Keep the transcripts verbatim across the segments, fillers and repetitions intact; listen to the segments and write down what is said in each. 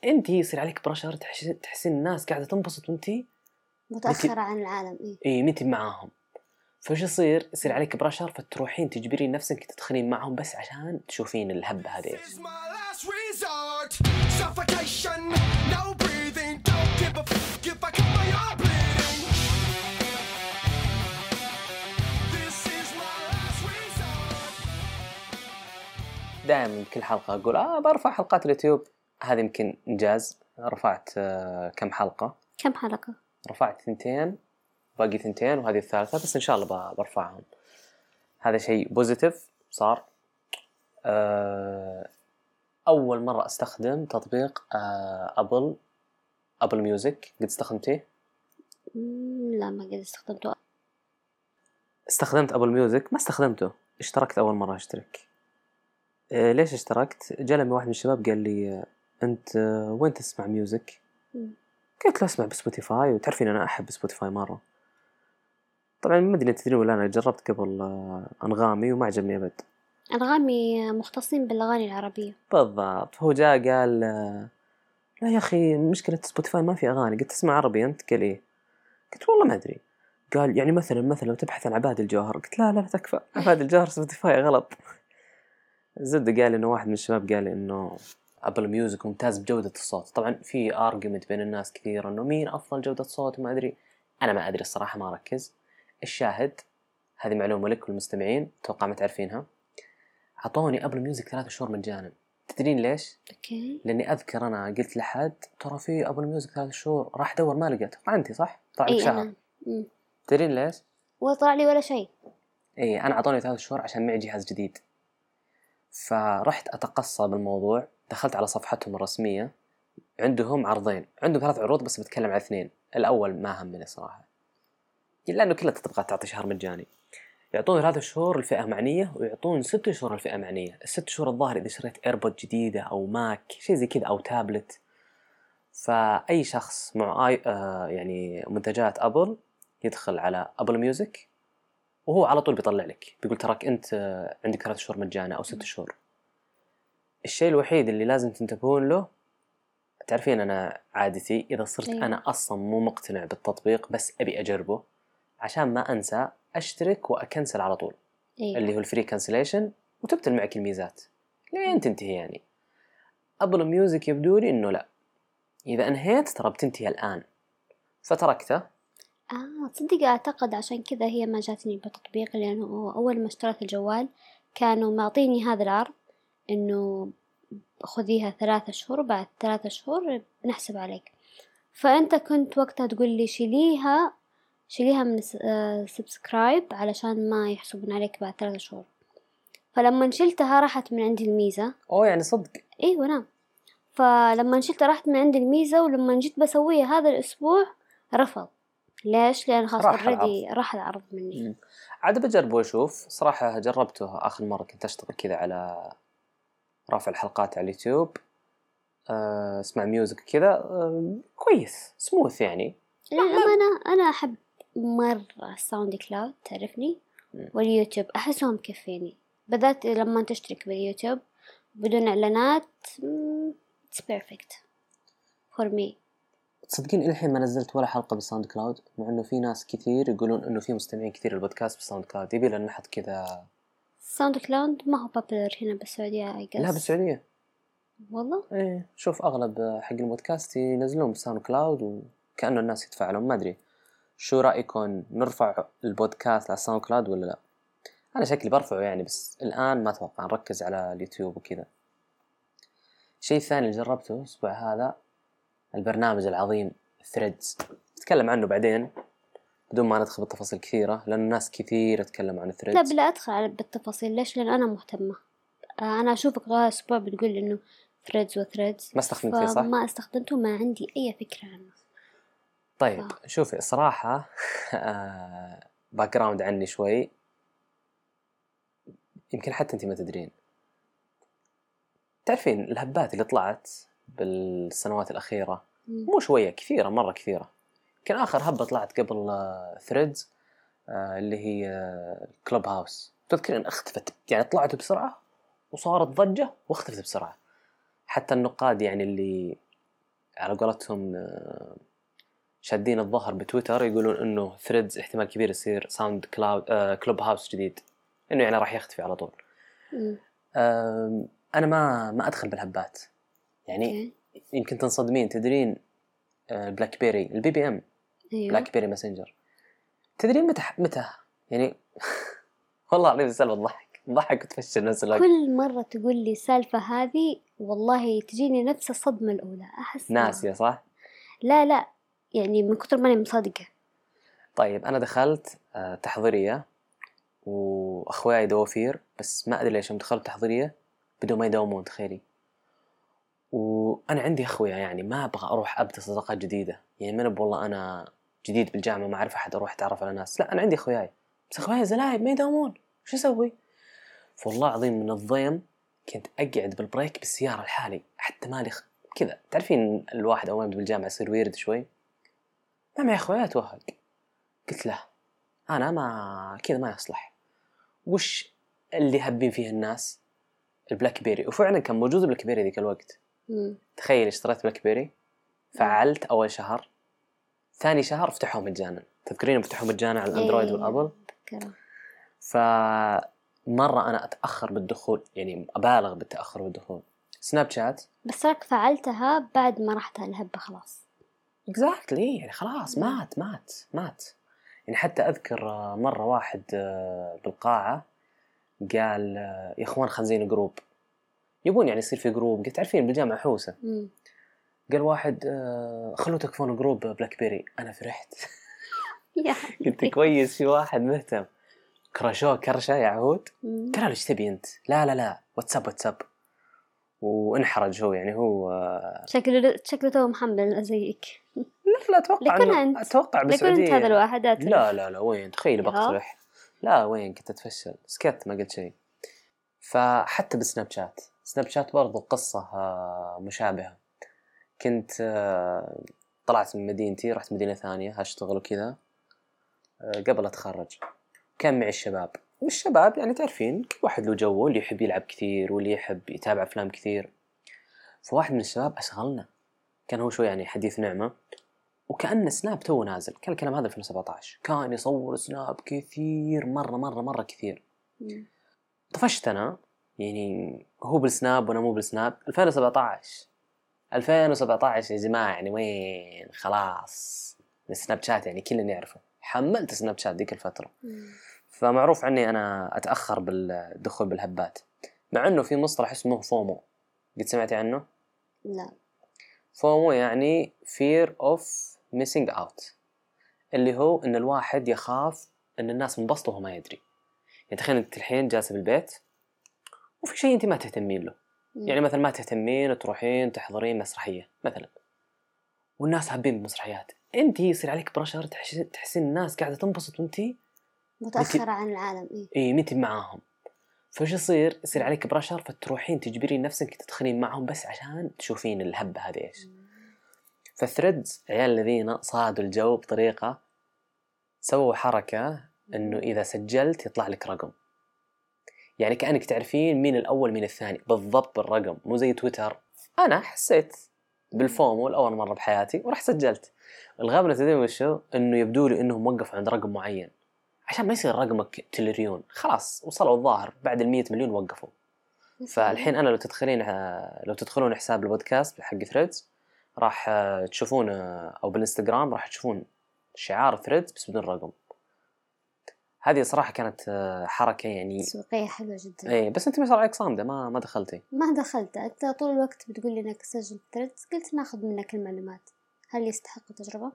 انت يصير عليك برشر، تحس تحسين الناس قاعده تنبسط وانت متاخره عن العالم. اي اي متى معاهم، فش يصير يصير عليك برشر، فتروحين تجبرين نفسك تدخلين معهم بس عشان تشوفين الهبه هذه. دائما كل حلقه اقول اه برفع حلقات اليوتيوب، هذه يمكن انجاز. رفعت آه كم حلقه كم حلقه؟ رفعت ثنتين، باقي ثنتين وهذه الثالثه، بس ان شاء الله برفعهم. هذا شيء بوزيتيف صار. آه اول مره استخدم تطبيق آه ابل ابل ميوزك. قد استخدمتيه؟ لا ما قد استخدمته. استخدمت ابل ميوزك؟ ما استخدمته، اشتركت اول مره اشترك. آه ليش اشتركت؟ جلني واحد من الشباب قال لي آه انت آه وين تسمع ميوزك؟ م. قلت له اسمع بسبوتيفاي، وتعرفين انا احب سبوتيفاي مره. طبعا ما ادري تدري ولا انا جربت قبل آه انغامي وما عجبني ابد. انغامي مختصين بالاغاني العربيه. بالضبط. هو جاء قال آه لا يا أخي مشكلة سبوتيفاي ما في أغاني. قلت تسمع عربي أنت؟ قال إيه. قلت والله ما أدري. قال يعني مثلا مثلا لو تبحث عن عباد الجوهر. قلت لا لا لا تكفى، عباد الجوهر سبوتيفاي غلط. زد قال إنه واحد من الشباب قال إنه أبل ميوزك ممتاز بجودة الصوت. طبعا في أرجمنت بين الناس كثير إنه مين أفضل جودة صوت وما أدري. أنا ما أدري الصراحة، ما ركز. الشاهد هذه معلومة لك والمستمعين توقع ما تعرفينها. عطوني أبل ميوزك ثلاثة شهور مجانا. تدرين ليش؟ اوكي. لاني اذكر انا قلت لحد ترى في ابل ميوزك ثلاث شهور، راح ادور ما لقيت. انت صح طلع لك شهر. تدرين ليش؟ وطلع لي ولا شيء. اي انا اعطوني ثلاث شهور عشان معي جهاز جديد. فرحت اتقصى بالموضوع، دخلت على صفحتهم الرسميه، عندهم عرضين، عندهم ثلاث عروض بس بتكلم عن اثنين. الاول ما همني صراحه لانه كلها تبغى تعطي شهر مجاني. يعطون ثلاث شهور الفئة معنية، ويعطون ست شهور الفئة معنية. الست شهور الظاهر إذا شريت إيربود جديدة أو ماك شيء زي كذا أو تابلت. فأي شخص مع آي آه يعني منتجات أبل يدخل على أبل ميوزك وهو على طول بيطلع لك بيقول تراك أنت آه عندك ثلاث شهور مجانا أو ست شهور. الشيء الوحيد اللي لازم تنتبهون له، تعرفين أنا عادتي إذا صرت أيوة. أنا أصلا مو مقتنع بالتطبيق بس أبي أجربه عشان ما أنسى أشترك وأكنسل على طول. أيوة. اللي هو الفري كانسليشن، وتبتل معك الميزات لين تنتهي. يعني أبل ميوزك يبدو لي إنه لا، إذا أنهيت ترى بتنتهي الآن، فتركته. آه تصدق أعتقد عشان كذا هي ما جاتني بتطبيق، لأنه أول ما اشتريت الجوال كانوا معطيني هذا العرض إنه خذيها ثلاثة شهور، بعد ثلاثة شهور بنحسب عليك. فأنت كنت وقتها تقول لي شيليها شيليها من سبسكرايب علشان ما يحسبون عليك بعد ثلاثة شهور. فلما شلتها راحت من عندي الميزة. أوه يعني صدق؟ أيوة نعم. فلما شلتها راحت من عندي الميزة، ولما جيت بسويها هذا الأسبوع رفض. ليش؟ لأن خلاص already راح العرض مني. عاد بجرب واشوف. صراحة جربته آخر مرة كنت أشتغل كذا على رافع الحلقات على اليوتيوب، أه اسمع ميوزك كذا، أه كويس سموث يعني. للأمانة أنا أحب مرة الساوند كلاود، تعرفني، واليوتيوب أحسهم كفيني، بدأت لما تشترك باليوتيوب بدون إعلانات. it's perfect for me. تصدقين إلى الحين ما نزلت ولا حلقة بالساوند كلاود، مع إنه في ناس كثير يقولون إنه في مستمعين كثير البودكاست بالساوند كلاود. يبي لنا نحط كذا. الساوند كلاود ما هو popular هنا بالسعودية. لا بالسعودية والله. إيه شوف أغلب حق البودكاست ينزلون بالساوند كلاود، وكأنه الناس يدفع لهم. ما أدري شو رأيكم نرفع البودكاست على الساوند كلاود ولا لا؟ أنا شكلي برفعه يعني، بس الآن ما أتوقع، نركز على اليوتيوب وكذا. شيء ثاني اللي جربته الأسبوع هذا البرنامج العظيم ثريدز. نتكلم عنه بعدين بدون ما ندخل بالتفاصيل كثيرة، لأن الناس كثير تتكلم عن ثريدز. لا بلا أدخل بالتفاصيل. ليش؟ لأن أنا مهتمة. أنا أشوفك غير أسبوع بتقول إنه ثريدز وثريدز ما استخدمته صح؟ ما استخدمته، ما عندي أي فكرة عنه. طيب ف... شوفي صراحة باك جراوند عني شوي، يمكن حتى أنت ما تدرين. تعرفين الهبات اللي طلعت بالسنوات الأخيرة م. مو شوية، كثيرة مرة كثيرة. كان آخر هبة طلعت قبل ثريدز اللي هي كلوب هاوس. تذكرين اختفت يعني، طلعت بسرعة وصارت ضجة واختفت بسرعة. حتى النقاد يعني اللي على قولتهم شادين الظهر بتويتر، يقولون إنه ثريدز احتمال كبير يصير ساوند كلاود آه كلوب هاوس جديد، إنه يعني راح يختفي على طول. آه أنا ما ما أدخل بالهبات يعني. okay. يمكن تنصدمين، تدرين آه بلاك بيري البي بي إم أيوه. بلاك بيري ماسنجر، تدرين متى متى يعني والله العظيم سالفة ضحك ضحك وتفشل نفس الوقت. كل مرة تقول لي السالفة هذه والله تجيني نفس الصدمة الأولى، أحس ناسية صح؟ لا لا يعني من كتر ما أنا مصادقة. طيب أنا دخلت آه تحضيرية وأخوياي دوافير، بس ما أدري ليش هم دخلت تحضيرية بدون ما يداومون، تخيلي. وأنا عندي أخويا يعني ما أبغى أروح أبدأ صداقات جديدة، يعني ما والله أنا جديد بالجامعة ما أعرف أحد أروح أتعرف على ناس، لا أنا عندي أخوياي بس أخوياي زلايب ما يداومون، شو أسوي؟ فوالله عظيم من الضيم كنت أقعد بالبريك بالسيارة لحالي، حتى مالي خ... كذا، تعرفين الواحد أول ما يبدأ بالجامعة يصير ويرد شوي، ما معي أخويا توهق. قلت له أنا ما كذا ما يصلح، وش اللي هبين فيه الناس؟ البلاك بيري، وفعلا كان موجود البلاك بيري ذيك الوقت. مم. تخيل اشتريت بلاك بيري، فعلت أول شهر، ثاني شهر فتحوه مجانا، تذكرين فتحوه مجانا على الأندرويد والأبل. فمرة أنا أتأخر بالدخول، يعني أبالغ بالتأخر بالدخول. سناب شات بس راك فعلتها بعد ما رحت الهبة خلاص. exactly يعني خلاص مات مات مات يعني. حتى أذكر مرة واحد بالقاعة قال يا إخوان خنزين جروب، يبون يعني يصير في جروب، قلت عارفين بالجامعة حوسة. مم. قال واحد خلوا تكفون جروب بلاك بيري، أنا فرحت قلت كويس في واحد مهتم. كرشوه كرشة يا عهود، قال له ايش تبي أنت؟ لا لا لا واتساب واتساب، وانحرج هو يعني هو شكله شكله تو محمل زيك. لا لا أتوقع إنه أتوقع بالسعودية هذا الواحد أتلف. لا لا لا وين تخيل بقترح، لا وين كنت أتفشل سكت ما قلت شيء. فحتى بسناب شات سناب شات برضو قصة مشابهة. كنت طلعت من مدينتي رحت مدينة ثانية هشتغل وكذا قبل أتخرج، كان معي الشباب، والشباب يعني تعرفين كل واحد له جو، اللي يحب يلعب كثير واللي يحب يتابع أفلام كثير. فواحد من الشباب أشغلنا، كان هو شوي يعني حديث نعمة، وكأن سناب تو نازل، كان الكلام هذا ألفين وسبعة عشر، كان يصور سناب كثير مرة مرة مرة كثير. طفشت أنا يعني، هو بالسناب وأنا مو بالسناب. ألفين وسبعة عشر ألفين وسبعة عشر يا جماعة يعني وين خلاص السناب شات يعني كلنا يعرفه، حملت سناب شات ديك الفترة. مم. فمعروف عني أنا أتأخر بالدخول بالهبات، مع أنه في مصطلح اسمه فومو، قد سمعتي عنه؟ لا. فومو يعني fear of missing out، اللي هو أن الواحد يخاف أن الناس منبسطوا وهو ما يدري. يعني تخيل أنت الحين جالسة بالبيت وفي شيء أنت ما تهتمين له، مم. يعني مثلا ما تهتمين وتروحين تحضرين مسرحية مثلا، والناس حابين بمسرحيات، أنت يصير عليك برشر تحسين الناس قاعدة تنبسط وأنت متأخرة عن العالم. إيه إيه متى معاهم، فش يصير يصير عليك برشر، فتروحين تجبرين نفسك تدخلين معهم بس عشان تشوفين الهبة هذه إيش. فالثريدز عيال الذين صادوا الجو بطريقة، سووا حركة إنه إذا سجلت يطلع لك رقم، يعني كأنك تعرفين مين الأول مين الثاني بالضبط بالرقم، مو زي تويتر. أنا حسيت بالفومو الأول مرة بحياتي ورح سجلت. الغابة تدري وشو؟ إنه يبدو لي إنهم وقفوا عند رقم معين عشان ما يصير رقمك تلريون، خلاص وصلوا الظاهر بعد المية مليون وقفوا. فالحين أنا لو تدخلين لو تدخلون حساب البودكاست حق ثريدز راح تشوفون، أو بالإنستغرام راح تشوفون شعار ثريدز بس بدون رقم. هذه صراحة كانت حركة يعني تسويقية حلوة جدا. إيه بس أنت ما صار عليك صامدة، ما ما دخلتي. ما دخلت، أنت طول الوقت بتقول لي إنك تسجل ثريدز، قلت ناخذ منك المعلومات. هل يستحق التجربة؟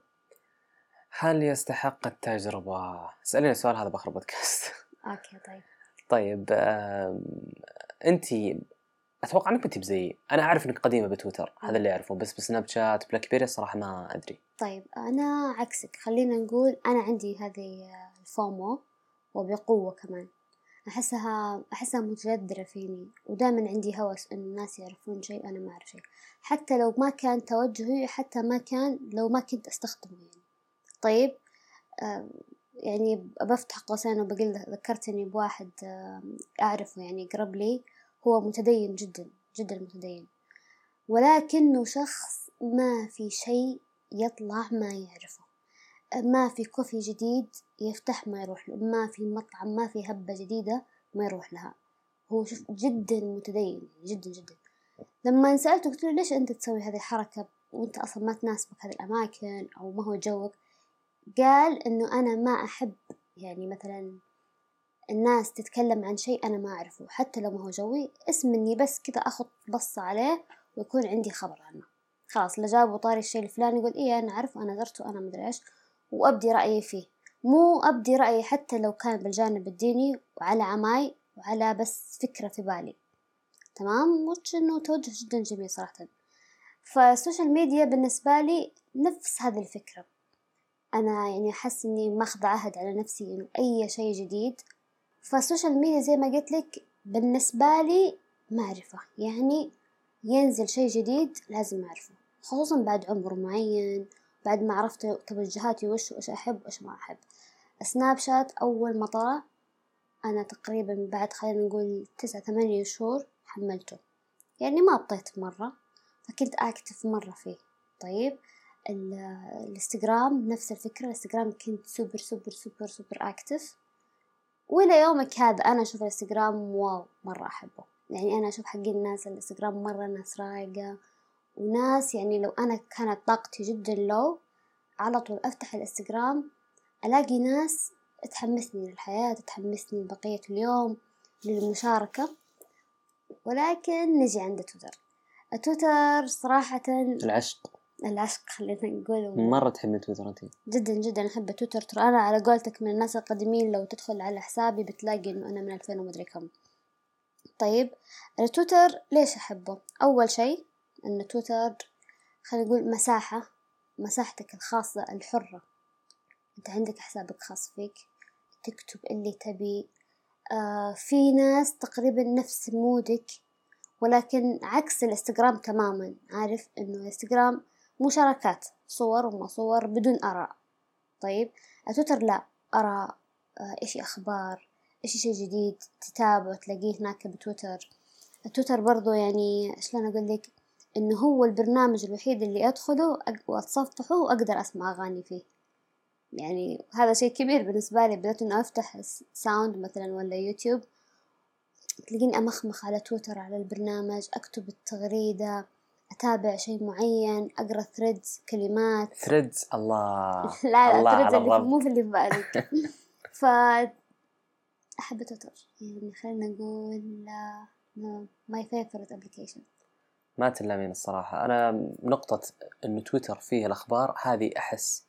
هل يستحق التجربة؟ اسأليني السؤال هذا بآخر بودكاست. أوكي طيب. طيب أنت أتوقع أنك بتبي زي أنا أعرف أنك قديمة بتويتر، هذا اللي أعرفه، بس بسناب شات بلاك بيري الصراحة ما أدري. طيب أنا عكسك، خلينا نقول أنا عندي هذه الفومو وبقوة كمان، أحسها أحسها متجذرة فيني، ودائما عندي هوس إن الناس يعرفون شيء أنا ما أعرف شيء، حتى لو ما كان توجهي، حتى ما كان لو ما كنت أستخدمه يعني. طيب آه يعني بفتح قوسين وبقول ذكرتني بواحد آه أعرفه يعني قرب لي، هو متدين جدا جدا متدين، ولكنه شخص ما في شيء يطلع ما يعرفه، ما في كوفي جديد يفتح ما يروح له، ما في مطعم، ما في هبة جديدة ما يروح لها. هو شوف جدا متدين جدا جدا. لما سألته قلت له ليش أنت تسوي هذه الحركة وأنت أصلا ما تناسبك هذه الأماكن أو ما هو جوك؟ قال إنه أنا ما أحب يعني مثلا الناس تتكلم عن شيء أنا ما أعرفه، حتى لو ما هو جوي، اسم إني بس كذا أخذ بصة عليه ويكون عندي خبر عنه. خلاص لا جابوا طاري الشيء الفلاني يقول إيه أنا أعرف أنا درته أنا مدري إيش، وأبدي رأيي فيه. مو أبدي رأيي حتى لو كان بالجانب الديني وعلى عماي وعلى بس فكرة في بالي. تمام، وش إنه توجه جدا جميل صراحة. فالسوشيال ميديا بالنسبة لي نفس هذه الفكرة. أنا يعني أحس إني ماخذ عهد على نفسي إنه أي شيء جديد. فالسوشيال ميديا زي ما قلت لك بالنسبة لي معرفة، يعني ينزل شيء جديد لازم أعرفه، خصوصا بعد عمر معين، بعد ما عرفت توجهاتي وش وش أحب وش ما أحب. سناب شات أول ما طلع أنا تقريبا بعد خلينا نقول تسعة ثمانية شهور حملته، يعني ما بطيت مرة، فكنت أكتف مرة فيه. طيب الانستغرام نفس الفكرة، الانستغرام كنت سوبر سوبر سوبر سوبر أكتف، وإلى يومك هذا أنا أشوف الانستغرام واو مرة أحبه. يعني أنا أشوف حقين الناس الانستغرام مرة ناس رايقة وناس، يعني لو أنا كانت طاقتي جدا لو على طول أفتح الانستغرام ألاقي ناس تحمسني للحياة، تحمسني لبقية اليوم، للمشاركة. ولكن نجي عند تويتر. تويتر صراحة العشق العشق خلينا نقول. مرة تحب تويتر أنت؟ جدا جدا أحب تويتر. ترى أنا على قولتك من الناس القديمين، لو تدخل على حسابي بتلاقي إنه أنا من ألفين ومدري كم. طيب التويتر ليش أحبه؟ أول شيء إن تويتر خلينا نقول مساحة، مساحتك الخاصة الحرة. أنت عندك حسابك خاص فيك، تكتب اللي تبي. آه في ناس تقريبا نفس مودك، ولكن عكس الانستغرام تماما. عارف إنه الانستغرام مشاركات صور وما صور بدون آراء. طيب تويتر لا، آراء، آه إيش أخبار، إيش شيء جديد تتابع تلاقيه هناك بتويتر. تويتر برضو يعني شلون أقول لك، إنه هو البرنامج الوحيد اللي أدخله وأتصفحه وأقدر أسمع أغاني فيه. يعني هذا شيء كبير بالنسبة لي، بدأت إنه أفتح ساوند مثلا ولا يوتيوب تلاقيني أمخمخ على تويتر على البرنامج، أكتب التغريدة، أتابع شيء معين، أقرأ ثريدز كلمات. ثريدز الله لا لا الله ثريدز على اللي الرب. مو في اللي في بالك. ف أحب تويتر، يعني خلينا نقول my favorite application. ما تلامين الصراحة. أنا نقطة إنه تويتر فيه الأخبار هذه أحس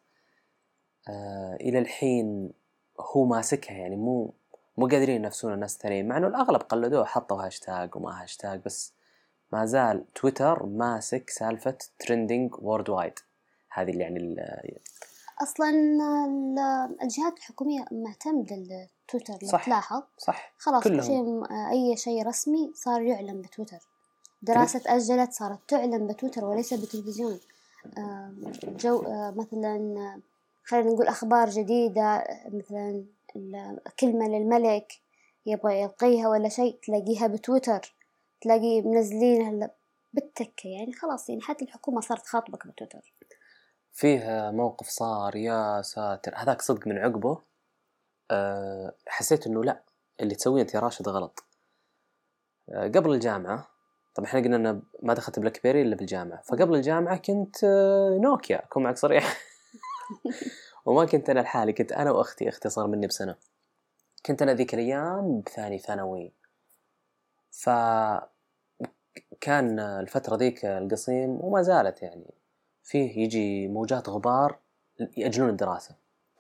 آه إلى الحين هو ماسكها، يعني مو مو قادرين ينافسون الناس الثانيين، مع إنه الأغلب قلدوه حطوا هاشتاج وما هاشتاج، بس ما زال تويتر ماسك سالفة ترندينج وورد وايد. هذه اللي يعني أصلاً الجهات الحكومية معتمدة التويتر لو صح تلاحظ. صح خلاص كل كلهم. شيء، أي شيء رسمي صار يعلن بتويتر. دراسة أجلت صارت تعلن بتويتر وليس بتلفزيون. جو مثلا خلينا نقول أخبار جديدة، مثلا كلمة للملك يبغى يلقيها ولا شيء تلاقيها بتويتر، تلاقي منزلينها بالتكة. يعني خلاص يعني حتى الحكومة صارت خاطبك بتويتر. فيه موقف صار يا ساتر هذاك صدق من عقبه أه حسيت انه لا اللي تسويه انت يا راشد غلط. أه قبل الجامعة، طبعا احنا قلنا ان ما دخلت بلاك بيري الا بالجامعة، فقبل الجامعة كنت أه نوكيا، اكون معك صريح. وما كنت انا لحالي، كنت انا واختي، اختي صار مني بسنة. كنت انا ذيك الايام بثاني ثانوي، فكان الفترة ذيك القصيم وما زالت يعني فيه يجي موجات غبار يأجلون الدراسة.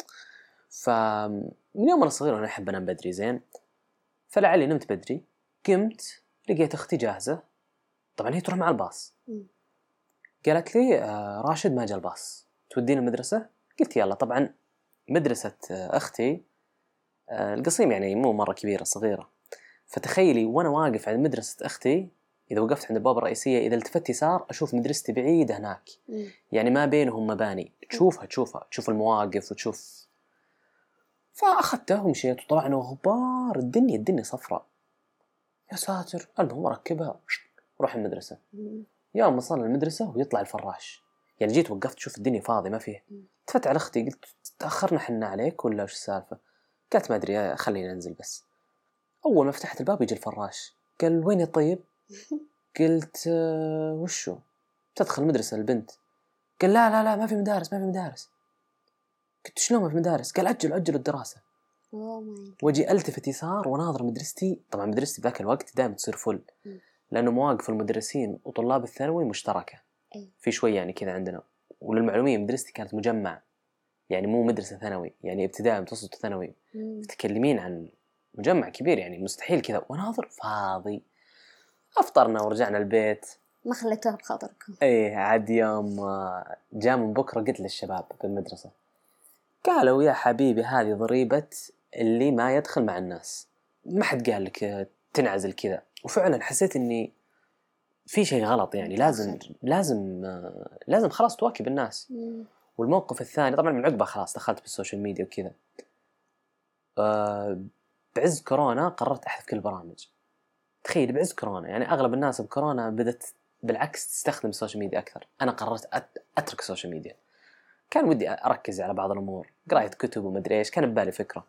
فمن يوم أنا صغير وأنا أحب أنام بدري زين، فلعلي نمت بدري، قمت لقيت أختي جاهزة، طبعا هي تروح مع الباص. قالت لي آه راشد ما جاء الباص، تودينا المدرسة؟ قلت يلا. طبعا مدرسة آه أختي آه القصيم يعني مو مرة كبيرة صغيرة، فتخيلي وأنا واقف عند مدرسة أختي، إذا وقفت عند الباب الرئيسية إذا التفت يسار أشوف مدرستي بعيدة هناك، يعني ما بينهم مباني، تشوفها تشوفها تشوف المواقف وتشوف. فأخذته ومشيت وطلعنا غبار الدنيا الدنيا صفراء، يا ساتر. المهم ركبها روح المدرسة. يوم وصلنا المدرسة ويطلع الفراش، يعني جيت وقفت شوف الدنيا فاضي ما فيه، تفت على أختي قلت تأخرنا حنا عليك ولا وش السالفة؟ قالت ما أدري خلينا ننزل بس. أول ما فتحت الباب يجي الفراش قال وين يا طيب؟ قلت أه وشو؟ تدخل مدرسة البنت. قال لا لا لا ما في مدارس ما في مدارس. قلت شلون ما في مدارس؟ قال أجل أجل الدراسة. وجي ألتفت يسار وناظر مدرستي، طبعا مدرستي ذاك الوقت دائما تصير فل لأنه مواقف المدرسين وطلاب الثانوي مشتركة في شوي يعني كذا عندنا. وللمعلومية مدرستي كانت مجمع، يعني مو مدرسة ثانوي، يعني ابتدائي متوسط ثانوي، تتكلمين عن مجمع كبير يعني مستحيل كذا وناظر فاضي. أفطرنا ورجعنا البيت ما خليتوها بخاطركم. ايه عاد يوم جاء من بكرة قلت للشباب بالمدرسة قالوا يا حبيبي هذه ضريبة اللي ما يدخل مع الناس، ما حد قال لك تنعزل كذا. وفعلا حسيت اني في شيء غلط، يعني لازم لازم لازم خلاص تواكب الناس. مم. والموقف الثاني طبعا من عقبه خلاص دخلت بالسوشيال ميديا وكذا. أه بعز كورونا قررت احذف كل البرامج. تخيل بعز كورونا، يعني اغلب الناس بكورونا بدت بالعكس تستخدم السوشيال ميديا اكثر. انا قررت اترك السوشيال ميديا، كان ودي اركز على بعض الامور، قراءة كتب ومدري ايش، كان ببالي فكرة.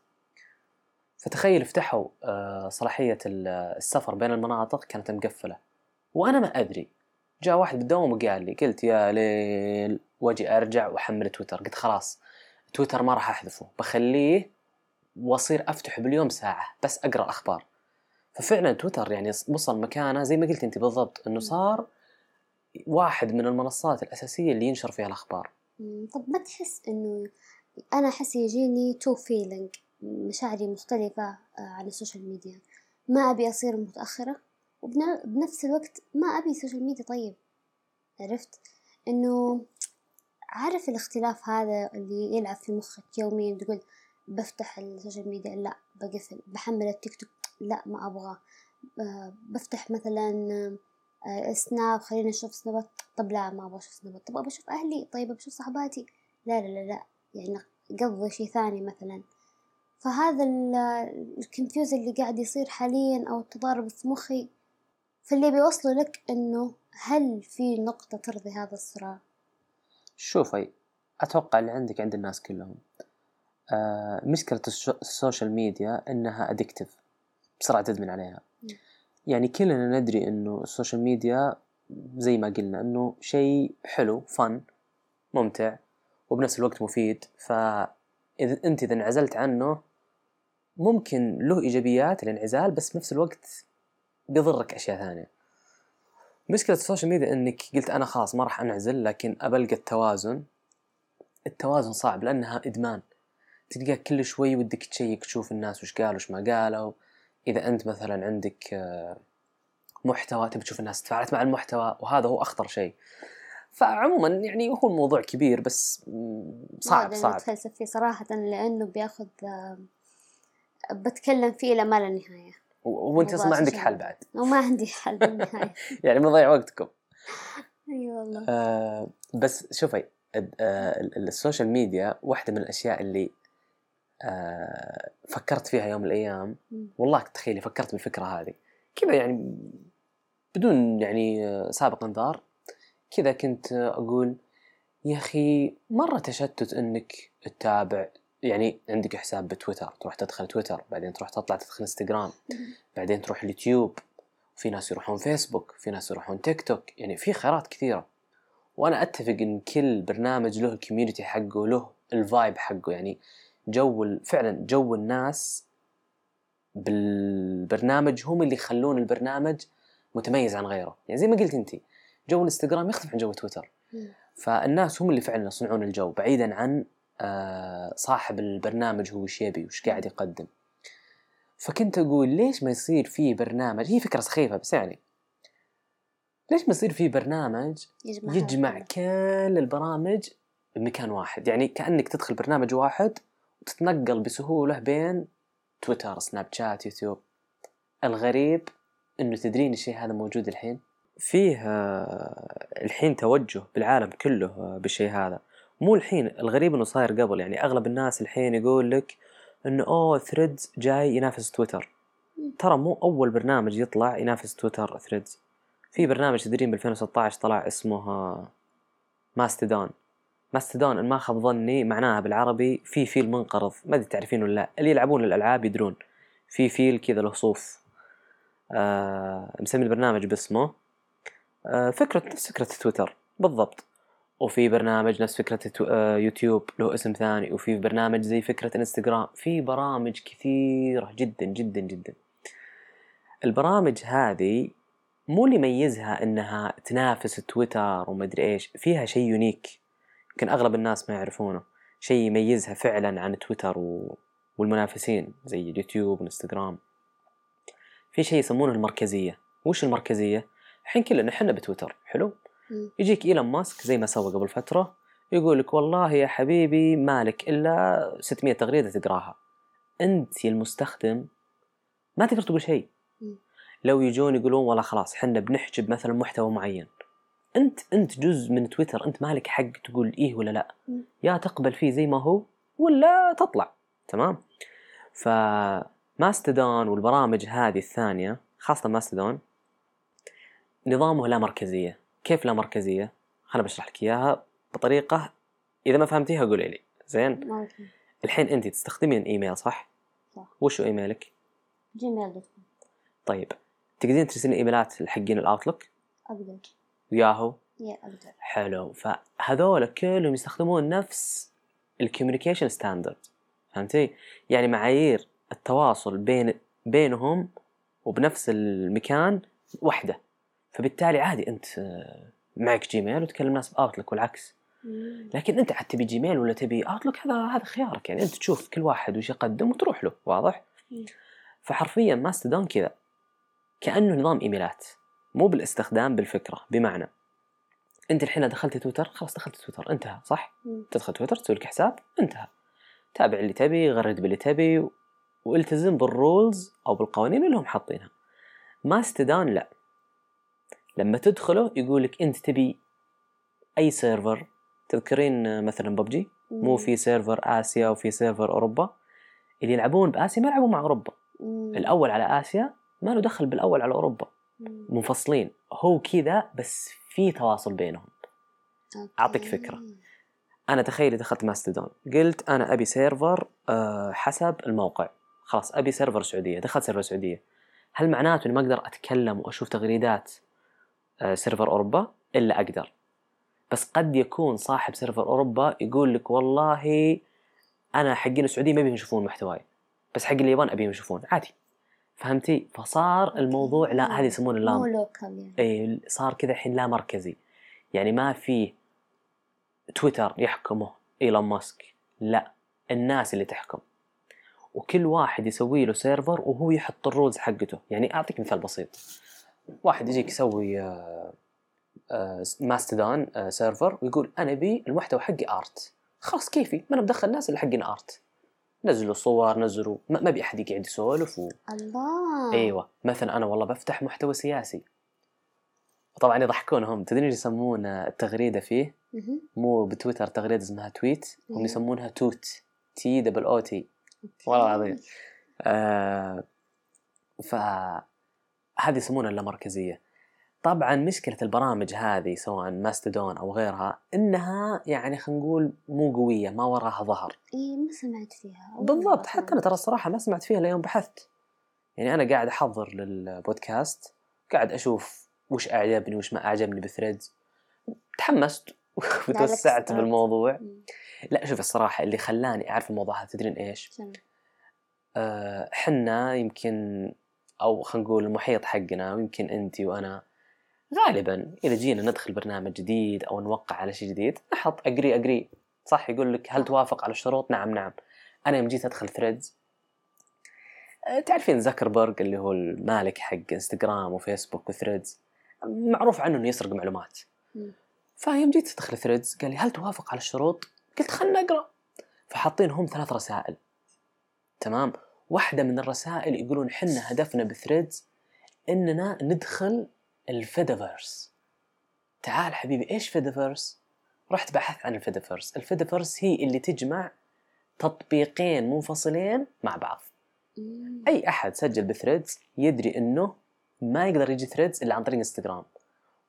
فتخيل فتحوا أه صلاحية السفر بين المناطق كانت مقفلة وانا ما ادري. جاء واحد بالدوام وقال لي، قلت يا ليل واجي ارجع واحمل تويتر. قلت خلاص تويتر ما راح احذفه، بخليه واصير افتح باليوم ساعة بس اقرا الاخبار. ففعلا تويتر يعني وصل مكانه زي ما قلت انت بالضبط، انه صار واحد من المنصات الاساسية اللي ينشر فيها الاخبار. طب ما تحس انه انا احس يجيني تو فيلينج، مشاعري مختلفة عن السوشيال ميديا. ما ابي اصير متأخرة وبنفس الوقت ما ابي السوشيال ميديا. طيب عرفت انه عارف الاختلاف هذا اللي يلعب في مخك يوميا، تقول بفتح السوشيال ميديا لا بقفل، بحمل التيك توك لا ما ابغى، أه بفتح مثلا أه سناب خلينا نشوف سنابات، طب لا ما ابغى اشوف سنابات، طب ابغى اشوف اهلي، طيب بشوف صحباتي، لا لا لا لا يعني قضي شيء ثاني مثلا. فهذا الكونفيوز اللي قاعد يصير حاليا او التضارب في مخي، فاللي بيوصله لك انه هل في نقطة ترضي هذا الصراع؟ شوفي اتوقع اللي عندك عند الناس كلهم. آه مشكلة السوشيال ميديا انها ادكتيف، بسرعة تدمن عليها. م. يعني كلنا ندري انه السوشيال ميديا زي ما قلنا انه شيء حلو فن ممتع وبنفس الوقت مفيد. فاذا انت اذا انعزلت عنه ممكن له ايجابيات الانعزال، بس بنفس الوقت بيضرك اشياء ثانية. مشكلة السوشيال ميديا انك قلت انا خلاص ما راح انعزل، لكن ابلغ التوازن. التوازن صعب لانها ادمان، تلقى كل شوي ودك تشيك تشوف الناس وش قالوا وش ما قالوا. اذا انت مثلا عندك محتوى تبي تشوف الناس تفاعلت مع المحتوى، وهذا هو اخطر شيء. فعموما يعني هو الموضوع كبير بس صعب صعب نتفلسف فيه صراحة، لانه بياخذ بتكلم فيه الى ما لا نهاية، وانت اصلا ما عندك حل بعد. وما عندي حل بالنهاية. يعني مضيع وقتكم. اي والله. آه بس شوفي آه السوشيال ميديا واحدة من الاشياء اللي آه فكرت فيها يوم من الايام. والله تخيلي فكرت بالفكرة هذه كذا يعني بدون يعني سابق انذار. كذا كنت اقول يا اخي مرة تشتت انك تتابع، يعني عندك حساب بتويتر تروح تدخل تويتر، بعدين تروح تطلع تدخل انستغرام، بعدين تروح اليوتيوب، في ناس يروحون فيسبوك، في ناس يروحون تيك توك، يعني في خيارات كثيرة. وانا اتفق ان كل برنامج له الكوميونتي حقه، له الفايب حقه، يعني جو فعلا جو الناس بالبرنامج هم اللي يخلون البرنامج متميز عن غيره. يعني زي ما قلت انتي جو الانستغرام يختلف عن جو تويتر، فالناس هم اللي فعلا يصنعون الجو بعيدا عن صاحب البرنامج هو وش يبي وش قاعد يقدم. فكنت أقول ليش ما يصير فيه برنامج، هي فكرة سخيفة بس يعني ليش ما يصير فيه برنامج يجمع, يجمع كل البرامج بمكان واحد، يعني كأنك تدخل برنامج واحد وتتنقل بسهولة بين تويتر سناب شات يوتيوب. الغريب إنه تدرين الشيء هذا موجود الحين، فيه الحين توجه بالعالم كله بالشيء هذا. مو الحين، الغريب إنه صاير قبل. يعني أغلب الناس الحين يقول لك إنه أوه ثريدز جاي ينافس تويتر. ترى مو أول برنامج يطلع ينافس تويتر ثريدز، في برنامج تدريب ب ألفين وستة عشر طلع اسمه ماستدون. ماستدون إن ما خاب ظني معناها بالعربي في فيل منقرض، ما أدري تعرفين ولا لا، اللي يلعبون الألعاب يدرون في فيل كذا له صوف. آه مسمي البرنامج باسمه. آه فكرة نفس فكرة تويتر بالضبط. وفي برنامج نفس فكرة تو... آه يوتيوب له اسم ثاني، وفي برنامج زي فكرة انستغرام. في برامج كثيرة جدا جدا جدا. البرامج هذه مو اللي يميزها انها تنافس تويتر ومدري ايش، فيها شيء يونيك يمكن اغلب الناس ما يعرفونه، شيء يميزها فعلا عن تويتر و... والمنافسين زي اليوتيوب والانستغرام. في شيء يسمونه المركزية. وش المركزية؟ الحين كلنا احنا بتويتر حلو، يجيك إيلون ماسك زي ما سوى قبل فترة يقول لك والله يا حبيبي مالك إلا ستمية تغريدة تقراها، أنت يا المستخدم ما تقدر تقول شيء. لو يجون يقولون والله خلاص حنا بنحجب مثلا محتوى معين، أنت أنت جزء من تويتر، أنت مالك حق تقول إيه ولا لا، يا تقبل فيه زي ما هو ولا تطلع. تمام. فماستدون والبرامج هذه الثانية خاصة ماستدون نظامه لا مركزية. كيف لا مركزية؟ خلنا بشرح لك إياها بطريقة إذا ما فهمتيها قولي لي. زين. ممكن. الحين أنت تستخدمين إيميل صح؟ صح. وشو إيميلك؟ جيميل دوت كوم. طيب تقدرين ترسلين إيميلات الحقين الأوتلوك؟ أقدر. وياهو؟ يا أقدر. حلو. فهذول كلهم يستخدمون نفس الكوميونيكيشن ستاندرد. فهمتي؟ يعني معايير التواصل بين بينهم وبنفس المكان واحدة. فبالتالي عادي أنت معك جيميل وتكلم ناس بأوتلوك والعكس. لكن أنت عاد تبي جيميل ولا تبي أوتلوك، هذا هذا خيارك. يعني أنت تشوف كل واحد وش يقدم وتروح له. واضح؟ فحرفيا ماستدون كذا كأنه نظام إيميلات، مو بالاستخدام بالفكرة. بمعنى أنت الحين دخلت تويتر، خلاص دخلت تويتر انتهى صح؟ مم. تدخل تويتر تسوي لك حساب انتهى، تابع اللي تبي، غرد باللي تبي، والتزم بالرولز أو بالقوانين اللي هم حاطينها. ماستدون لا، لما تدخله يقولك أنت تبي أي سيرفر. تذكرين مثلا ببجي مو في سيرفر آسيا وفي سيرفر أوروبا؟ اللي يلعبون بآسيا ما يلعبون مع أوروبا. مم. الأول على آسيا ما له دخل بالأول على أوروبا. مم. منفصلين. هو كذا بس في تواصل بينهم. أوكي. أعطيك فكرة. أنا تخيلي دخلت ماستدون قلت أنا أبي سيرفر أه حسب الموقع، خلاص أبي سيرفر سعودية، دخلت سيرفر سعودية. هل معناته أني ما أقدر أتكلم وأشوف تغريدات أه سيرفر أوروبا؟ إلا أقدر. بس قد يكون صاحب سيرفر أوروبا يقول لك والله أنا حقين السعودية ما يبين يشوفون محتواي، بس حق اليابان أبيهم يشوفون عادي. فهمتي؟ فصار الموضوع لا، هذه يسمونه لا مو لوكال يعني. إيه، صار كذا الحين لا مركزي. يعني ما في تويتر يحكمه إيلون ماسك، لا، الناس اللي تحكم، وكل واحد يسوي له سيرفر وهو يحط الرولز حقته. يعني أعطيك مثال بسيط. واحد يجيك يسوي آه آه ماستدون آه سيرفر ويقول أنا بي المحتوى حقي آرت، خلاص كيفي، ما أنا بدخل الناس اللي حقين آرت، نزلوا صور، نزلوا، ما, ما بي أحد يقعد يسولف و... الله. أيوة. مثلا أنا والله بفتح محتوى سياسي، طبعا يضحكونهم. تدرين يسمون التغريدة فيه مهم. مو بتويتر تغريدة اسمها تويت، هم أيوة. يسمونها توت، تي دبل او تي. والله العظيم. آه فهذه يسمونها اللامركزية. طبعا مشكلة البرامج هذه سواء ماستدون أو غيرها إنها يعني خلينا نقول مو قوية، ما وراها ظهر. إيه ما سمعت فيها. أول بالضبط. مرة حتى أسمع. أنا ترى الصراحة ما سمعت فيها ليوم بحثت. يعني أنا قاعد أحضر للبودكاست قاعد أشوف وش أعجبني وش ما أعجبني بثريدز، تحمست وتوسعت لا بالموضوع. مم. لا شوف الصراحة اللي خلاني أعرف الموضوع هذا تدرين إيش؟ سمع. أه حنا يمكن أو خلينا نقول المحيط حقنا، ويمكن أنتي وأنا غالبا إذا جينا ندخل برنامج جديد أو نوقع على شيء جديد نحط أجري أجري صح، يقول لك هل توافق على الشروط؟ نعم نعم. أنا يوم جيت أدخل ثريدز، أه تعرفين زكربرج اللي هو المالك حق إنستغرام وفيسبوك وثريدز، معروف عنه إنه يسرق معلومات. مم. فيوم جيت أدخل ثريدز قال لي هل توافق على الشروط؟ قلت خلنا نقرأ. فحاطين هم ثلاث رسائل. تمام. واحدة من الرسائل يقولون حنا هدفنا بثريدز إننا ندخل الفيدافيرس. تعال حبيبي إيش فيدافيرس؟ رحت بحثت عن الفيدافيرس. الفيدافيرس هي اللي تجمع تطبيقين منفصلين مع بعض. مم. أي أحد سجل بثريدز يدري إنه ما يقدر يجي ثريدز إلا عن طريق انستغرام،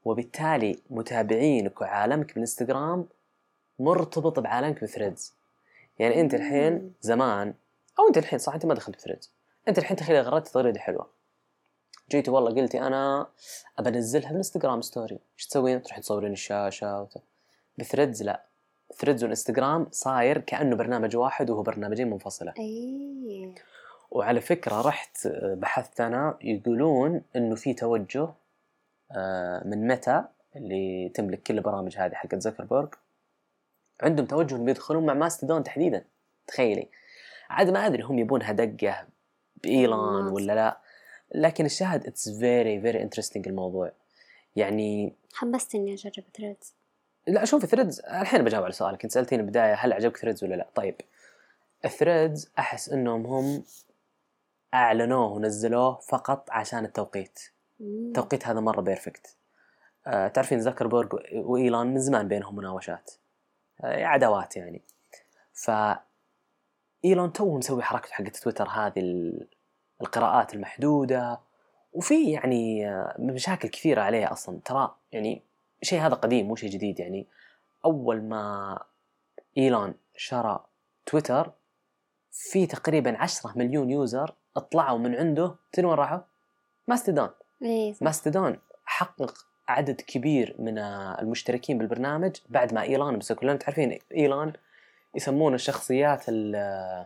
وبالتالي متابعينك وعالمك بالإنستغرام مرتبط بعالمك بثريدز. يعني أنت الحين زمان، أو أنت الحين صح أنت ما دخلت بثريدز، أنت الحين تخيل غردت تغريدة حلوة، جيتي والله قلتي أنا أبى أنزلها بالإنستغرام ستوري، إيش تسوين؟ تروحين تصورين الشاشة وت... بثريدز لا، ثريدز والإنستغرام صاير كأنه برنامج واحد وهو برنامجين منفصلة. أي. وعلى فكرة رحت بحثت أنا، يقولون إنه في توجه من ميتا اللي تملك كل البرامج هذه حقت زكربيرج، عندهم توجه إنهم يدخلون مع ماستودون تحديدا. تخيلي عاد ما أدري هم يبونها دقة بإيلان ولا لا، لكن الشاهد it's very very interesting الموضوع. يعني حمستني أجرب ثريدز. لا شوف ثريدز الحين بجاوب على سؤالك، انت سألتيني بداية هل عجبك ثريدز ولا لا. طيب الثريدز أحس إنهم هم أعلنوه ونزلوه فقط عشان التوقيت. التوقيت هذا مرة بيرفكت. أه تعرفين زكربيرج وإيلان من زمان بينهم مناوشات، أه عداوات يعني. فإيلان توه مسوي حركته حقت تويتر هذه القراءات المحدودة، وفي يعني مشاكل كثيرة عليه أصلا ترى، يعني شيء هذا قديم مو شيء جديد. يعني أول ما إيلان شرى تويتر في تقريبا عشرة مليون يوزر اطلعوا من عنده، تدري وين راحوا؟ ماستودون. ماستودون حقق عدد كبير من المشتركين بالبرنامج بعد ما إيلان مسك. كلنا تعرفين إيلان يسمونه الشخصيات اللي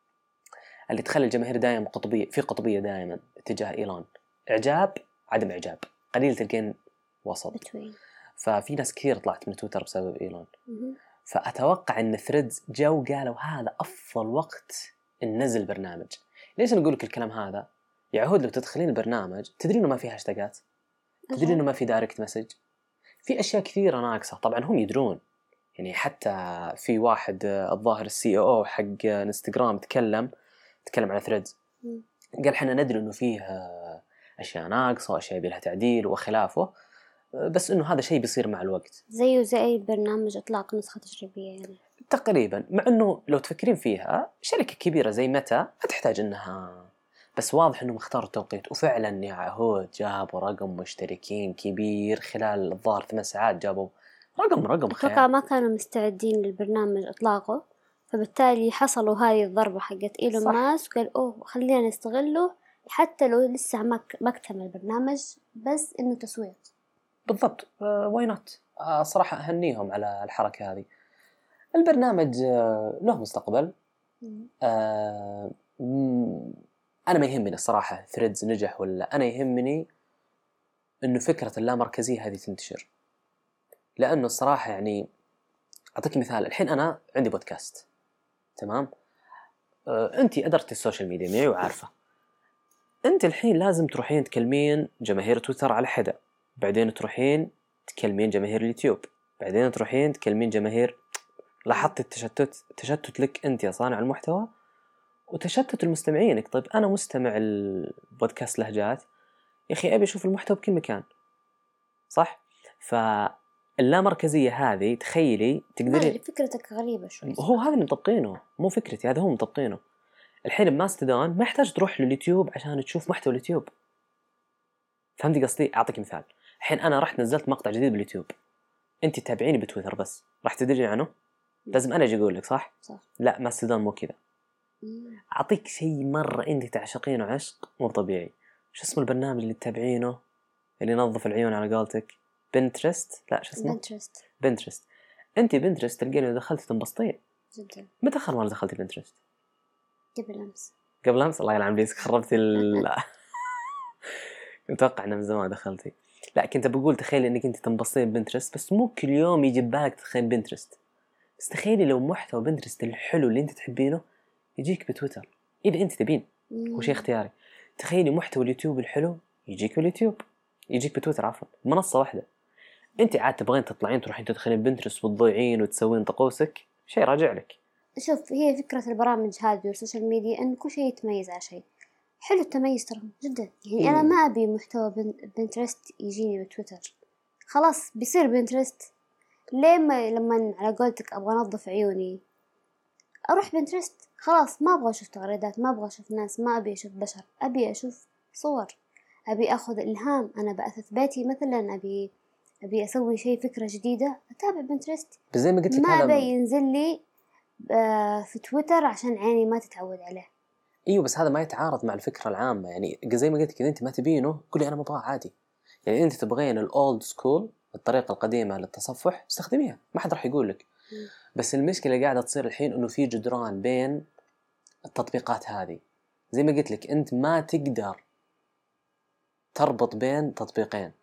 تخلي الجماهير دائما قطبية، في قطبية دائما اتجاه إيلان، إعجاب عدم إعجاب، قليل تلقين وسط. ففي ناس كثير طلعت من تويتر بسبب إيلان. فأتوقع أن ثريدز جو قالوا هذا أفضل وقت ننزل برنامج. ليش نقول لك الكلام هذا؟ يعود لو تدخلين البرنامج تدري إنه ما فيه هاشتاجات، تدري إنه ما في دايركت مسج، في أشياء كثيرة ناقصة. طبعا هم يدرون، يعني حتى في واحد الظاهر السي او حق انستغرام تكلم تكلم على ثريدز، قال حنا ندري إنه فيه أشياء ناقصة وأشياء يبي لها تعديل وخلافه، بس إنه هذا شيء بيصير مع الوقت. زيه زي برنامج إطلاق نسخة تجريبية يعني تقريبا. مع إنه لو تفكرين فيها شركة كبيرة زي ميتا ما تحتاج إنها، بس واضح إنه مختار التوقيت. وفعلا يا عهود جابوا رقم مشتركين كبير خلال الظاهر ثمان ساعات، جابوا رقم رقم خيال. أتوقع ما كانوا مستعدين للبرنامج إطلاقه، فبالتالي حصلوا هذه الضربة حقت إيلون ماسك، قال أوه خلينا نستغله حتى لو لسه ما ما اكتمل البرنامج، بس إنه تسويق. بالضبط. واي نوت. صراحة أهنيهم على الحركة هذه. البرنامج له مستقبل. آه أنا ما يهمني الصراحة ثريدز نجح ولا، أنا يهمني إنه فكرة اللامركزية هذه تنتشر. لأنه الصراحة يعني أعطيك مثال، الحين أنا عندي بودكاست تمام، آه أنتي أدرتي السوشيال ميديا معي وعارفة، أنت الحين لازم تروحين تكلمين جماهير تويتر على حدة، بعدين تروحين تكلمين جماهير اليوتيوب، بعدين تروحين تكلمين جماهير. لاحظت التشتت؟ تشتت لك أنت يا صانع المحتوى وتشتت المستمعينك. طيب أنا مستمع البودكاست لهجات يا أخي أبي أشوف المحتوى بكل مكان، صح؟ فاللامركزية هذه تخيلي تقدري. فكرتك غريبة شوي. هو هذا اللي مطبقينه، مو فكرتي، هذا هو مطبقينه. الحين بماستودون ما يحتاج تروح لليوتيوب عشان تشوف محتوى اليوتيوب. فهمتي قصدي؟ أعطيك مثال، الحين أنا رحت نزلت مقطع جديد باليوتيوب، أنت تتابعيني بتويتر بس راح تدري عنه، لازم أنا أجي أقول لك صح؟ صح. لا ماستودون مو كذا. أعطيك شيء مرة أنت تعشقينه عشق مو طبيعي. شو اسمه البرنامج اللي تتابعينه اللي ينظف العيون على قولتك؟ بنترست؟ لا شو اسمه؟ بنترست. بنترست. أنت بنترست تلقيني دخلت تنبسطين جدا. متى آخر مرة دخلتي بنترست؟ قبل أمس. قبل أمس؟ الله يلعن بيسك خربتي ال متوقع أنه من زمان دخلتي. لا كنت بقول تخيلي أنك أنت تنبسطين بنترست، بس مو كل يوم يجي ببالك تدخلين بنترست. بس تخيلي لو محتوى بنترست الحلو اللي أنت تحبينه يجيك بتويتر إذا أنت تبين، هو شيء اختياري. تخيلي محتوى اليوتيوب الحلو يجيك باليوتيوب، يجيك بتويتر عفوا، منصة واحدة. أنت عاد تبغين تطلعين تروحين تدخلين بنترست وتضيعين وتسوين طقوسك، شيء راجع لك. شوف هي فكرة البرامج هذه والسوشيال ميديا أن كل شيء يتميز على شيء حلو، التميز ترى جدا. يعني أنا ما أبي محتوى بنترست يجيني بتويتر، خلاص بيصير بنترست. ليه ما لما على قولتك أبغى أنظف عيوني أروح بنترست؟ خلاص ما أبغى أشوف تغريدات، ما أبغى أشوف ناس، ما أبي أشوف بشر، أبي أشوف صور، أبي أخذ إلهام. أنا بأثث بيتي مثلا، أبي أبي أسوي شيء فكرة جديدة أتابع بنترست. بس زي ما قلت لك ما هذا أبي ينزل لي آه في تويتر عشان عيني ما تتعود عليه. ايوه بس هذا ما يتعارض مع الفكره العامه. يعني زي ما قلت كذا انت ما تبينه قولي انا ما ابغاه عادي. يعني انت تبغين الاولد سكول الطريقه القديمه للتصفح استخدميها ما حد راح يقول لك. بس المشكله اللي قاعده تصير الحين انه في جدران بين التطبيقات هذه. زي ما قلت لك انت ما تقدر تربط بين تطبيقين.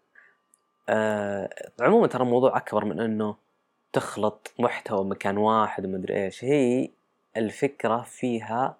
آه عموما ترى الموضوع اكبر من انه تخلط محتوى مكان واحد ومدري ايش. هي الفكره فيها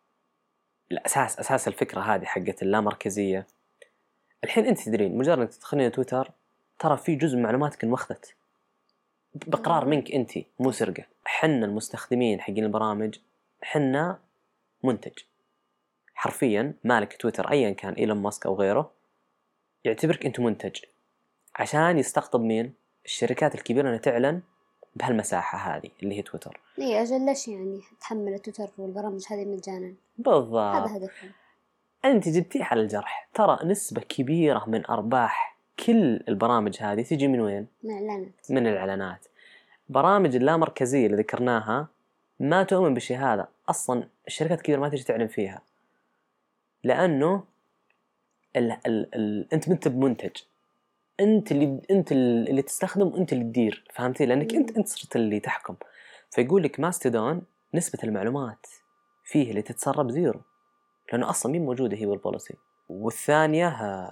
الأساس أساس الفكرة هذه حقت اللامركزية. الحين أنت تدرين مجرد أنك تدخلين تويتر ترى في جزء من معلوماتك انوخذت بقرار منك أنت، مو سرقة. حنا المستخدمين حقين البرامج حنا منتج حرفيا. مالك تويتر أيا كان إيلون ماسك أو غيره يعتبرك أنت منتج عشان يستقطب مين؟ الشركات الكبيرة أنها تعلن بهالمساحة هذه اللي هي تويتر. إيه أجل ليش يعني تحمل تويتر والبرامج هذه مجانا؟ بالضبط هذا هدفهم. أنت جبتيه على الجرح. ترى نسبة كبيرة من أرباح كل البرامج هذه تجي من وين؟ من الإعلانات. من الإعلانات. برامج اللامركزية اللي ذكرناها ما تؤمن بالشيء هذا أصلا. الشركات الكبيرة ما تجي تعلن فيها لأنه ال ال ال أنت منت بمنتج. أنت اللي أنت اللي تستخدم أنت اللي تدير. فهمتي؟ لأنك أنت أنت صرت اللي تحكم. فيقول لك ماستودون نسبة المعلومات فيه اللي تتسرب زيرو لأنه أصلاً مين موجودة هي والبوليسي. والثانية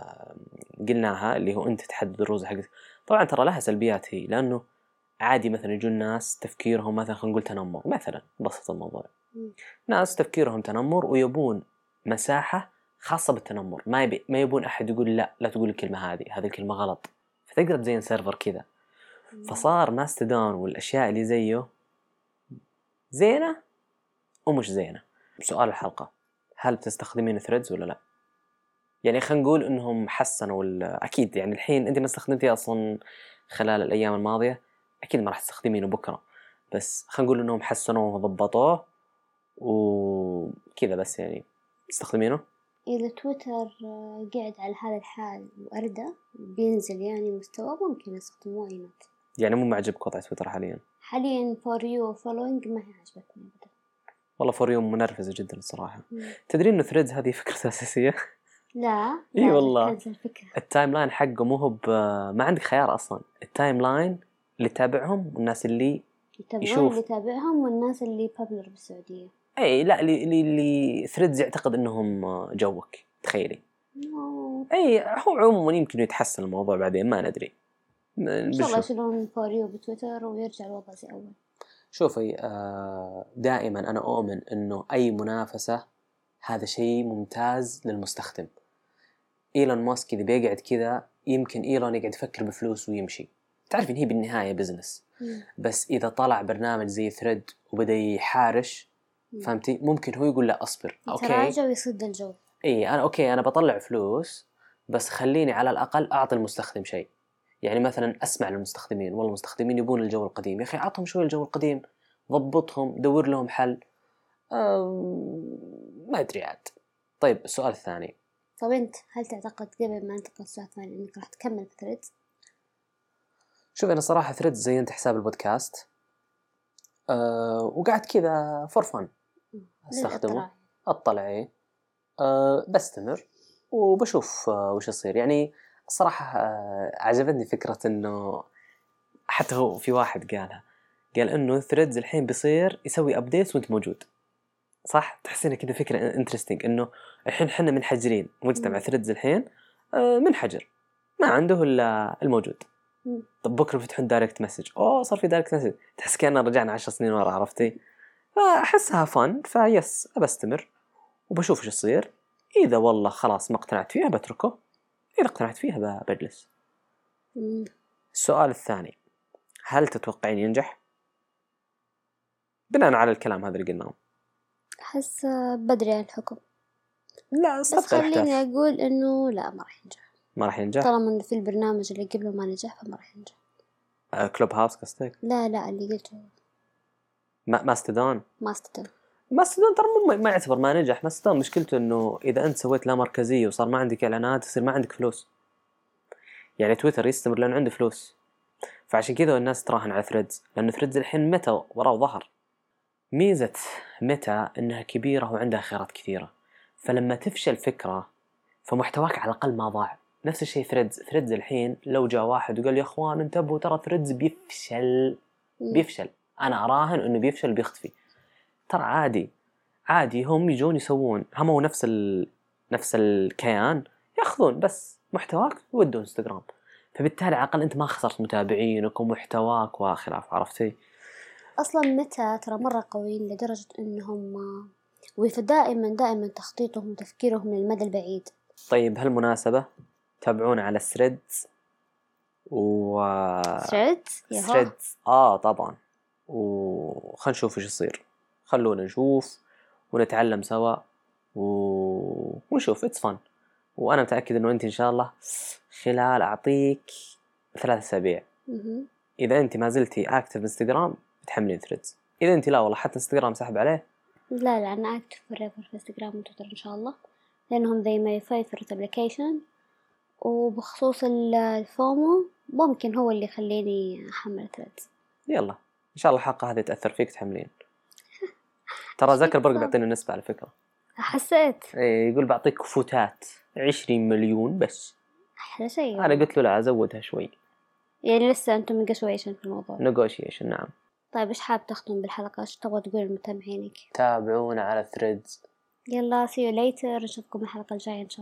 قلناها اللي هو أنت تحدد الروز حقك. طبعاً ترى لها سلبيات هي لأنه عادي مثلاً يجون ناس تفكيرهم مثلاً خلينا نقول تنمر مثلاً بسط الموضوع. ناس تفكيرهم تنمر ويبون مساحة خاصة بالتنمر. ما يبي ما يبون أحد يقول لا لا تقول الكلمة هذه هذه الكلمة غلط. فتقدر تزين سيرفر كذا. فصار ماستودون والأشياء اللي زيه زينة ومش زينة. سؤال الحلقة هل تستخدمين ثريدز ولا لا؟ يعني خلينا نقول انهم حسنوا اكيد. يعني الحين انت ما استخدمتيه اصلا خلال الايام الماضيه اكيد ما راح تستخدمينه بكره. بس خلينا نقول انهم حسنوه وضبطوه وكذا. بس يعني تستخدمينه؟ إذا تويتر قاعد على هذا الحال وأردى بينزل يعني مستوى ممكن أستخدمه أي نوت. يعني مو معجبك وضع تويتر حاليا؟ حاليا for you following ما هي عجبتني أبدا. والله فور يوم منرفزة جدا الصراحة. تدرين إنه ثريدز هذه فكرة أساسية؟ لا إيه والله. التايم لاين حقه مو هو ما عندك خيار أصلا. التايم لاين اللي تابعهم والناس اللي يشوف اللي تابعهم والناس اللي بابلر بالسعودية. أي لا اللي اللي, اللي ثريدز يعتقد إنهم جوك تخيلي. no. أي هو عموما يمكن يتحسن الموضوع بعدين ما ندري. إن شاء الله يشيلون فوريو بتويتر ويرجع الوضع زي أول. شوفي دائما أنا أؤمن إنه أي منافسة هذا شيء ممتاز للمستخدم. إيلون ماسك إذا بيقعد كذا يمكن إيلون يقعد يفكر بفلوس ويمشي. تعرف إن هي بالنهاية بزنس. بس إذا طلع برنامج زي ثريد وبدأ يحارش فهمتي ممكن هو يقول لا أصبر أوكي تراجع ويصد الجو. إيه أنا أوكي أنا بطلع فلوس بس خليني على الأقل أعطي المستخدم شيء. يعني مثلا أسمع للمستخدمين والله المستخدمين يبون الجو القديم يا أخي عطهم شوي الجو القديم ضبطهم دور لهم حل. ما أدري عاد. طيب السؤال الثاني. طب أنت هل تعتقد قبل ما ننتقل السؤال الثاني إنك راح تكمل في ثريدز؟ شوف أنا صراحة ثريدز زينت حساب البودكاست أه وقعد كذا فور فن استخدمه أطلع إيه أه بستمر وبشوف أه وش يصير. يعني الصراحة أه عجبتني فكرة إنه حتى هو في واحد قالها قال إنه ثريدز الحين بيصير يسوي أبديت وأنت موجود. صح تحسين كده فكرة انترستينج إنه الحين حنا منحجرين مجتمع ثريدز الحين أه منحجر ما عنده إلا الموجود. طب بكرة فتحون دايركت مسج أوه صار في دايركت مسج تحس كأننا رجعنا عشر سنين ورا عرفتي. فأحسها فن فيس أبستمر وبشوف إيش يصير. إذا والله خلاص ما اقتنعت فيها بتركه إذا اقتنعت فيها بجلس. السؤال الثاني هل تتوقعين ينجح بناء على الكلام هذا اللي قلناه؟ أحس بدري على الحكم. لا بس خليني أقول إنه لا ما راح ينجح. ما راح ينجح طالما إنه في البرنامج اللي قبله ما نجح فما راح ينجح. آه كلوب هاوس قصدك؟ لا لا اللي قلته ما ماستودون. ماستودون ماستودون ترى ما يعتبر ما نجح. ماستودون مشكلته إنه إذا أنت سويت لا مركزية وصار ما عندك إعلانات يصير ما عندك فلوس. يعني تويتر يستمر لأنه عنده فلوس فعشان كذا الناس تراهن على ثريدز، لأنه ثريدز الحين متى وراه ظهر. ميزة متى إنها كبيرة وعندها خيارات كثيرة، فلما تفشل فكرة فمحتواك على الأقل ما ضاع. نفس الشيء ثريدز ثريدز الحين لو جاء واحد وقال يا أخوان انتبهوا ترى ثريدز بيفشل بيفشل أنا أراهن إنه بيفشل بيختفي، ترى عادي عادي هم يجون يسوون هم هو نفس ال... نفس الكيان، يأخذون بس محتواك ويودون انستغرام، فبالتالي على الأقل أنت ما خسرت متابعينك ومحتواك وخلاف. عرفتي؟ أصلا متى ترى مرة قويين لدرجة إنهم ودائما دائما تخطيطهم وتفكيرهم للمدى البعيد. طيب هالمناسبة تابعونا على ثريدز و ثريدز ثريدز آه طبعا، وخلنا نشوف إيش يصير، خلونا نشوف ونتعلم سوا و... ونشوف it's fun. وأنا متأكد إنه أنت إن شاء الله خلال أعطيك ثلاث أسابيع إذا أنت ما زلتي أكتف انستغرام بتحملين ثريدز، إذا أنت لا والله حتى انستغرام سحب عليه. لا لا أنا أكتف forever في انستغرام وتويتر إن شاء الله، لأنهم زي ما favorite application. وبخصوص الفومو ممكن هو اللي يخليني أحمل ثريدز. يلا إن شاء الله الحلقة هذه تأثر فيك تحملين. ترى زكربرج بيعطينا نسبة على فكرة. حسيت إيه يقول بعطيك فوتات عشرين مليون بس. أحلى شيء. أنا قلت له لا أزودها شوي. يعني لسه أنتم negotiation في الموضوع. negotiation نعم. طيب إيش حاب تختم بالحلقة؟ إيش تبغى تقول لمتابعينك؟ تابعونا على ثريدز. يلا see you later، نشوفكم الحلقة الجاية إن شاء الله.